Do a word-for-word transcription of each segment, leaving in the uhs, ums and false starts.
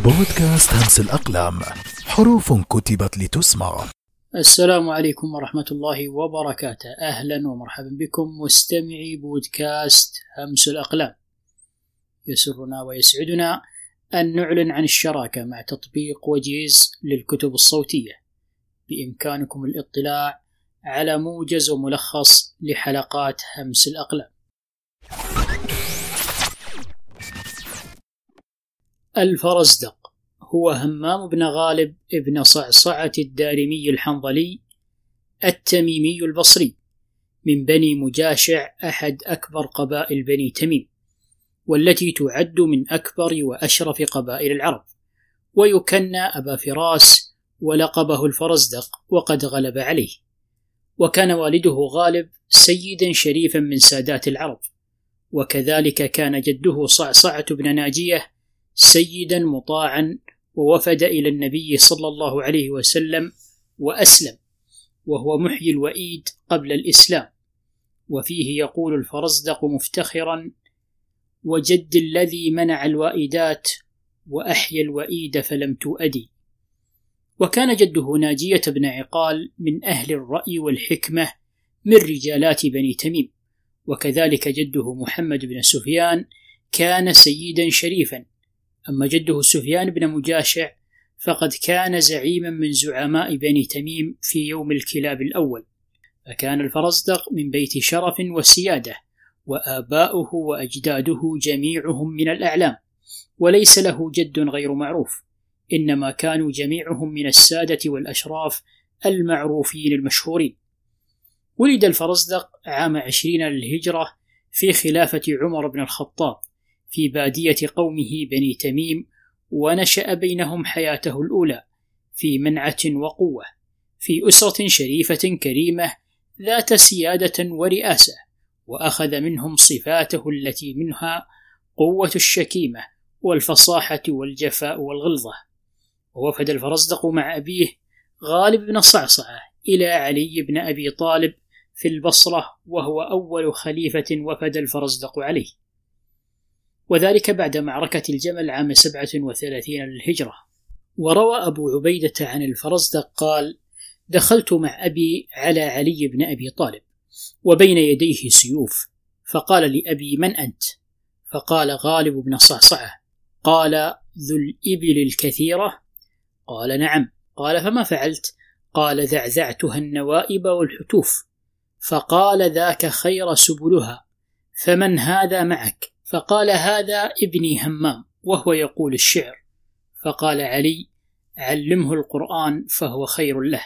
بودكاست همس الأقلام، حروف كتبت لتسمع. السلام عليكم ورحمة الله وبركاته. أهلا ومرحبا بكم مستمعي بودكاست همس الأقلام. يسرنا ويسعدنا أن نعلن عن الشراكة مع تطبيق وجيز للكتب الصوتية. بإمكانكم الاطلاع على موجز وملخص لحلقات همس الأقلام. الفرزدق هو همام بن غالب ابن صعصعة الدارمي الحنظلي التميمي البصري من بني مجاشع، أحد أكبر قبائل بني تميم، والتي تعد من أكبر وأشرف قبائل العرب، ويكنى أبا فراس ولقبه الفرزدق وقد غلب عليه. وكان والده غالب سيدا شريفا من سادات العرب، وكذلك كان جده صعصعة بن ناجية سيدا مطاعا، ووفد إلى النبي صلى الله عليه وسلم وأسلم، وهو محيي الوئيد قبل الإسلام. وفيه يقول الفرزدق مفتخرا: وجد الذي منع الوائدات وأحيا الوئيد فلم تؤدي. وكان جده ناجية بن عقال من أهل الرأي والحكمة من رجالات بني تميم. وكذلك جده محمد بن سفيان كان سيدا شريفا. أما جده سفيان بن مجاشع فقد كان زعيما من زعماء بني تميم في يوم الكلاب الأول. فكان الفرزدق من بيت شرف وسيادة، وآباؤه وأجداده جميعهم من الأعلام، وليس له جد غير معروف، إنما كانوا جميعهم من السادة والأشراف المعروفين المشهورين. ولد الفرزدق عام عشرين للهجرة في خلافة عمر بن الخطاب في بادية قومه بني تميم، ونشأ بينهم حياته الأولى في منعة وقوة في أسرة شريفة كريمة ذات سيادة ورئاسة، وأخذ منهم صفاته التي منها قوة الشكيمة والفصاحة والجفاء والغلظة. ووفد الفرزدق مع أبيه غالب بن صعصعة إلى علي بن أبي طالب في البصرة، وهو أول خليفة وفد الفرزدق عليه، وذلك بعد معركة الجمل عام سبعة وثلاثين للهجرة. وروى أبو عبيدة عن الفرزدق قال: دخلت مع أبي على علي بن أبي طالب وبين يديه سيوف، فقال لأبي: من أنت؟ فقال: غالب بن صعصعة. قال: ذو الإبل الكثيرة؟ قال: نعم. قال: فما فعلت؟ قال: ذعذعتها النوائب والحتوف. فقال: ذاك خير سبلها، فمن هذا معك؟ فقال: هذا ابني همام وهو يقول الشعر. فقال علي: علمه القرآن فهو خير له.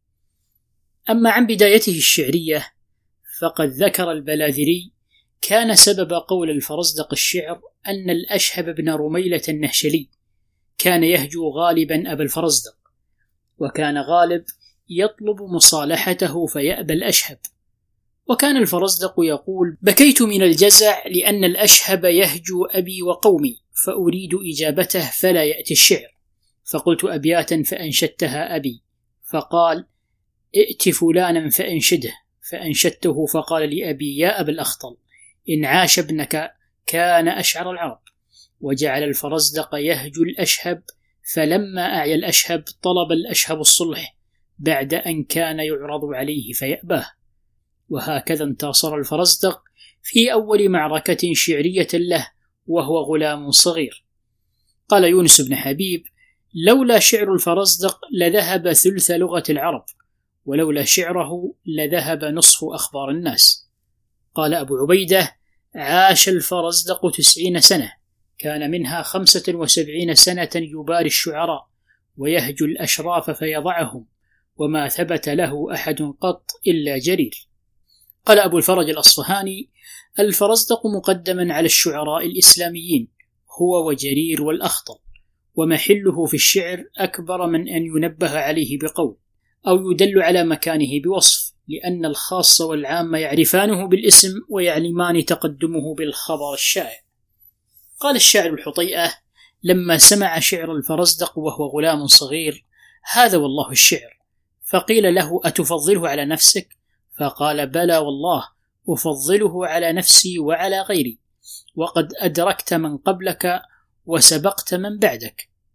أما عن بدايته الشعرية فقد ذكر البلاذري: كان سبب قول الفرزدق الشعر أن الأشهب بن رميلة النهشلي كان يهجو غالبا أبا الفرزدق، وكان غالب يطلب مصالحته فيأبى الأشهب. وكان الفرزدق يقول: بكيت من الجزع لأن الأشهب يهجو أبي وقومي، فأريد إجابته فلا يأتي الشعر، فقلت أبياتا فأنشدتها أبي. فقال: ائت فلانا فأنشده، فأنشدته، فقال لأبي: يا أبا الأخطل، إن عاش ابنك كان أشعر العرب. وجعل الفرزدق يهجو الأشهب، فلما أعيا الأشهب طلب الأشهب الصلح بعد أن كان يعرض عليه فيأباه. وهكذا انتصر الفرزدق في أول معركة شعرية له وهو غلام صغير. قال يونس بن حبيب: لولا شعر الفرزدق لذهب ثلث لغة العرب، ولولا شعره لذهب نصف أخبار الناس. قال أبو عبيدة: عاش الفرزدق تسعين سنة، كان منها خمسة وسبعين سنة يباري الشعراء ويهجو الأشراف فيضعهم، وما ثبت له أحد قط إلا جرير. قال أبو الفرج الأصفهاني: الفرزدق مقدما على الشعراء الإسلاميين هو وجرير والأخطل، ومحله في الشعر أكبر من أن ينبه عليه بقول أو يدل على مكانه بوصف، لأن الخاص والعام يعرفانه بالاسم ويعلمان تقدمه بالخبر الشائع. قال الشاعر الحطيئة لما سمع شعر الفرزدق وهو غلام صغير: هذا والله الشعر. فقيل له: أتفضله على نفسك؟ فقال: بلى والله، أفضله على نفسي وعلى غيري، وقد أدركت من قبلك وسبقت من بعدك،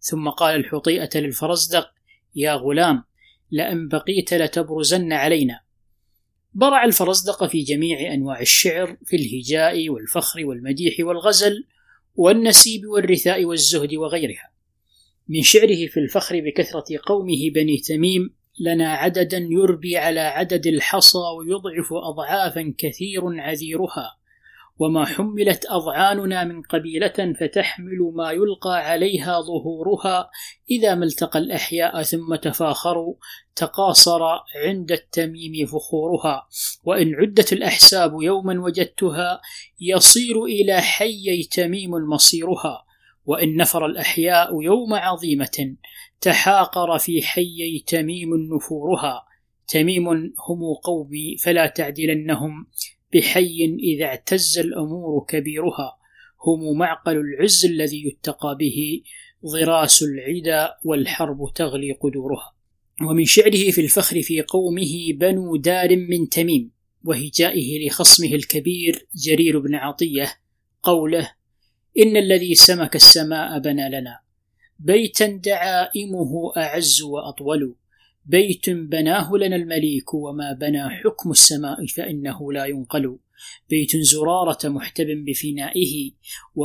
ثم قال الحطيئة للفرزدق: يا غلام، لأن بقيت لتبرزن علينا. برع الفرزدق في جميع أنواع الشعر، في الهجاء والفخر والمديح والغزل والنسيب والرثاء والزهد وغيرها. من شعره في الفخر بكثرة قومه بني تميم: لنا عددا يربي على عدد الحصى ويضعف أضعافا كثير عذيرها، وما حملت أضعاننا من قبيلة فتحمل ما يلقى عليها ظهورها، إذا ما التقى الأحياء ثم تفاخروا تقاصر عند التميم فخورها، وإن عدت الأحساب يوما وجدتها يصير إلى حيي تميم مصيرها، وإن نفر الأحياء يوم عظيمة تحاقر في حيي تميم نفورها. تميم هم قومي فلا تعدلنهم بحي إذا اعتز الأمور كبيرها، هم معقل العز الذي يتقى به ضراس العدا والحرب تغلي قدورها. ومن شعره في الفخر في قومه بنو دار من تميم، وهجائه لخصمه الكبير جرير بن عطية قوله: إن الذي سمك السماء بنى لنا بيتا دعائمه أعز وأطول، بيت بناه لنا المليك وما بنى حكم السماء فإنه لا ينقل، بيت زرارة محتب بفنائه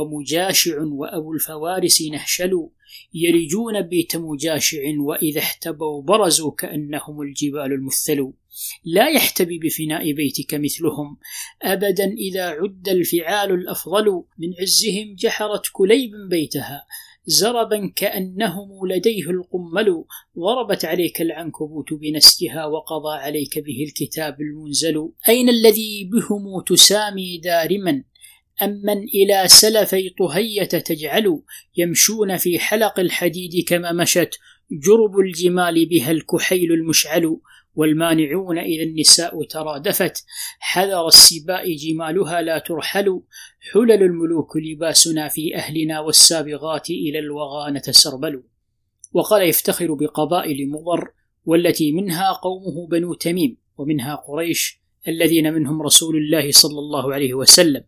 ومجاشع وأبو الفوارس نهشل، يرجون بيت مجاشع وإذا احتبوا برزوا كأنهم الجبال المثل، لا يحتبي بفناء بيتك مثلهم أبدا إذا عد الفعال الأفضل، من عزهم جحرت كليب بيتها زربا كأنهم لديه القمل، ضربت عليك العنكبوت بنسجها وقضى عليك به الكتاب المنزل، أين الذي بهم تسامي دارما أمن إلى سلفي طهية تجعل، يمشون في حلق الحديد كما مشت جرب الجمال بها الكحيل المشعل، والمانعون إذا النساء ترادفت حذر السباء جمالها لا ترحل، حلل الملوك لباسنا في أهلنا والسابغات إلى الوغانة سربل. وقال يفتخر بقبائل مضر، والتي منها قومه بنو تميم، ومنها قريش الذين منهم رسول الله صلى الله عليه وسلم: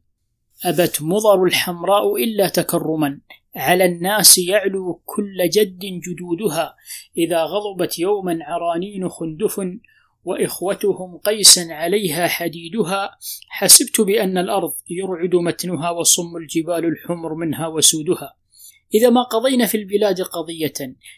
أبت مضر الحمراء إلا تكرما، على الناس يعلو كل جد جدودها، إذا غضبت يوما عرانين خندف، وإخوتهم قيسا عليها حديدها، حسبت بأن الأرض يرعد متنها وصم الجبال الحمر منها وسودها، إذا ما قضينا في البلاد قضية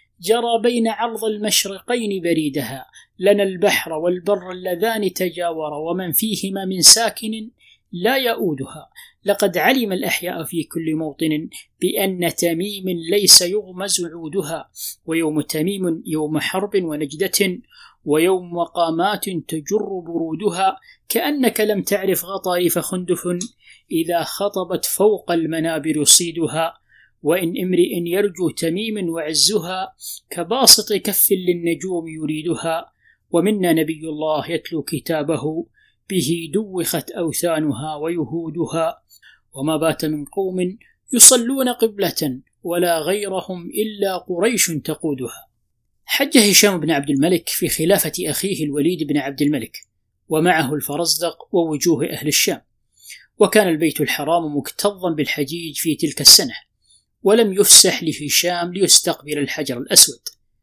جرى بين عرض المشرقين بريدها، لنا البحر والبر اللذان تجاور، ومن فيهما من ساكن لا يؤودها، لقد علم الأحياء في كل موطن بأن تميم ليس يغمز عودها، ويوم تميم يوم حرب ونجدة، ويوم مقامات تجر برودها، كأنك لم تعرف غطاريف خندف إذا خطبت فوق المنابر صيدها، وإن امرئ يرجو تميم وعزها كباسط كف للنجوم يريدها، ومنا نبي الله يتلو كتابه به دوخت أوثانها ويهودها، وما بات من قوم يصلون قبلة ولا غيرهم إلا قريش تقودها. حج هشام بن عبد الملك في خلافة أخيه الوليد بن عبد الملك، ومعه الفرزدق ووجوه أهل الشام، وكان البيت الحرام مكتظا بالحجيج في تلك السنة، ولم يفسح لهشام ليستقبل الحجر الأسود،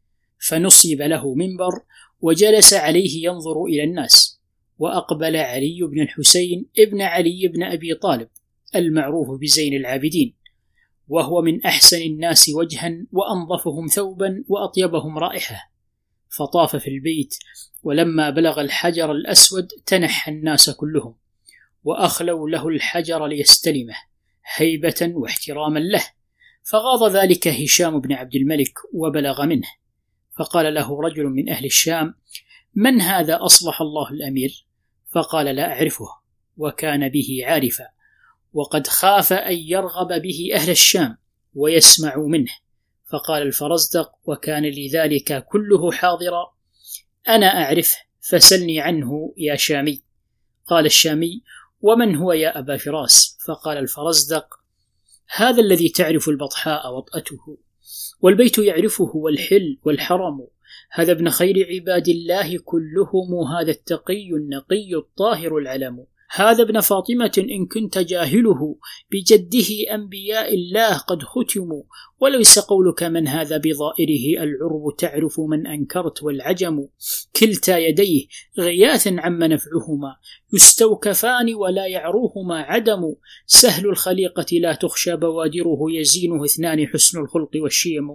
فنصب له منبر وجلس عليه ينظر إلى الناس، وأقبل علي بن الحسين ابن علي بن أبي طالب المعروف بزين العابدين، وهو من أحسن الناس وجها وأنظفهم ثوبا وأطيبهم رائحة، فطاف في البيت، ولما بلغ الحجر الأسود تنحى الناس كلهم، وأخلوا له الحجر ليستلمه هيبة واحتراما له، فغاض ذلك هشام بن عبد الملك وبلغ منه، فقال له رجل من أهل الشام: من هذا أصلح الله الأمير؟ فقال: لا أعرفه، وكان به عارفا، وقد خاف أن يرغب به أهل الشام ويسمعوا منه، فقال الفرزدق وكان لذلك كله حاضرا: أنا أعرفه فسلني عنه يا شامي. قال الشامي: ومن هو يا أبا فراس؟ فقال الفرزدق: هذا الذي تعرف البطحاء وطأته، والبيت يعرفه والحل والحرم، هذا ابن خير عباد الله كلهم، هذا التقي النقي الطاهر العلم، هذا ابن فاطمة إن كنت جاهله بجده أنبياء الله قد ختموا، وليس قولك من هذا بظائره العرب تعرف من أنكرت والعجم. كلتا يديه غياث عم نفعهما يستوكفان ولا يعروهما عدم. سهل الخليقة لا تخشى بوادره يزينه اثنان حسن الخلق والشيم.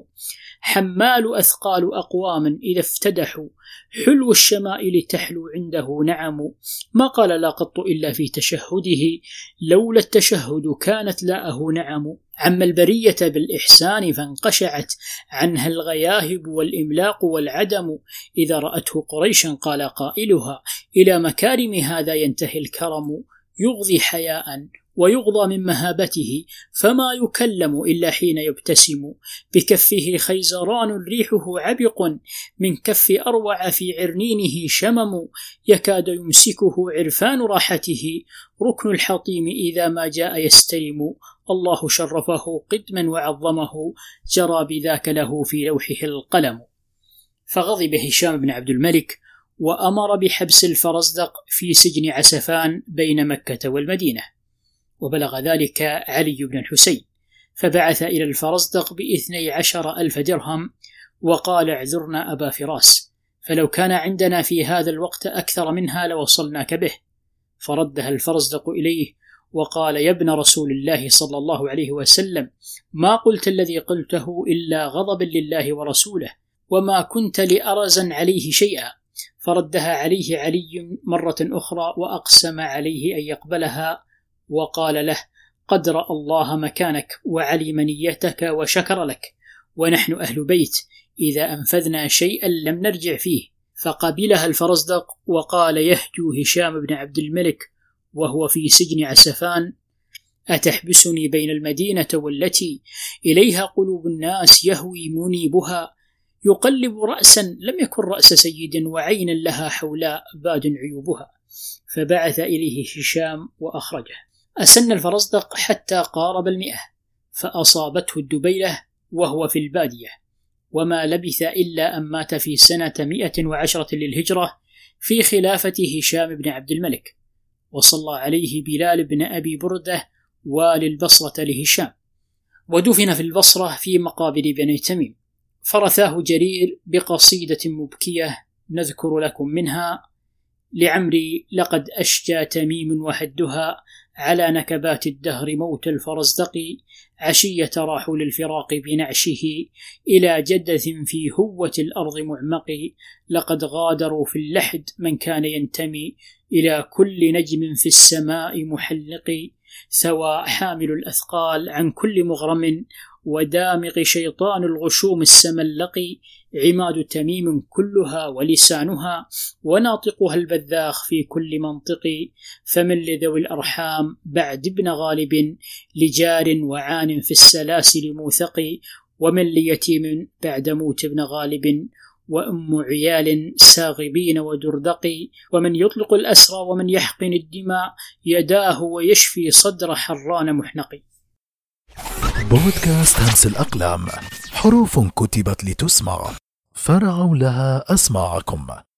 حمال أثقال أقوام إذا افتدحوا حلو الشمائل تحلو عنده نعم. ما قال لا قط إلا في تشهده لولا التشهد كانت لاءه نعم. عم البرية بالإحسان فانقشعت عنها الغياهب والإملاق والعدم. إذا رأته قريشا قال قائلها إلى مكارم هذا ينتهي الكرم. يغضي حياء ويغضى من مهابته فما يكلم إلا حين يبتسم. بكفه خيزران ريحه عبق من كف أروع في عرنينه شمم. يكاد يمسكه عرفان راحته ركن الحطيم إذا ما جاء يستلم. الله شرفه قدما وعظمه جرى بذاك له في لوحه القلم. فغضب هشام بن عبد الملك وأمر بحبس الفرزدق في سجن عسفان بين مكة والمدينة. وبلغ ذلك علي بن الحسين فبعث إلى الفرزدق باثني عشر ألف درهم وقال اعذرنا أبا فراس، فلو كان عندنا في هذا الوقت أكثر منها لوصلناك به. فردها الفرزدق إليه وقال يا ابن رسول الله صلى الله عليه وسلم ما قلت الذي قلته إلا غضبا لله ورسوله وما كنت لأرزا عليه شيئا. فردها عليه علي مرة أخرى وأقسم عليه أن يقبلها وقال له قد رأى الله مكانك وعلم نيتك وشكر لك، ونحن أهل بيت إذا أنفذنا شيئا لم نرجع فيه. فقبلها الفرزدق وقال يهجو هشام بن عبد الملك وهو في سجن عسفان أتحبسني بين المدينة والتي إليها قلوب الناس يهوي منيبها. يقلب رأسا لم يكن رأس سيد وعينا لها حولاء باد عيوبها. فبعث إليه هشام وأخرجه. أسن الفرزدق حتى قارب المئة فأصابته الدبيلة وهو في البادية، وما لبث إلا أن مات في سنة مئة وعشرة للهجرة في خلافة هشام بن عبد الملك. وصلى عليه بلال بن أبي بردة والي البصرة لهشام، ودفن في البصرة في مقابر بني تميم. فرثاه جرير بقصيدة مبكية نذكر لكم منها: لعمري لقد أشجى تميم وهدها على نكبات الدهر موت الفرزدق، عشية راحوا للفراق بنعشه إلى جدث في هوة الأرض معمق. لقد غادروا في اللحد من كان ينتمي إلى كل نجم في السماء محلق، ثوى حامل الأثقال عن كل مغرم ودامغ شيطان الغشوم السملق. عماد تميم كلها ولسانها وناطقها البذاخ في كل منطق. فمن لذوي الأرحام بعد ابن غالب لجار وعان في السلاسل موثق. ومن ليتيم بعد موت ابن غالب وأم عيال ساغبين ودردق. ومن يطلق الأسرى ومن يحقن الدماء يداه ويشفي صدر حران محنق. بودكاست همس الأقلام، حروف كتبت لتسمع، فرعوا لها أسماعكم.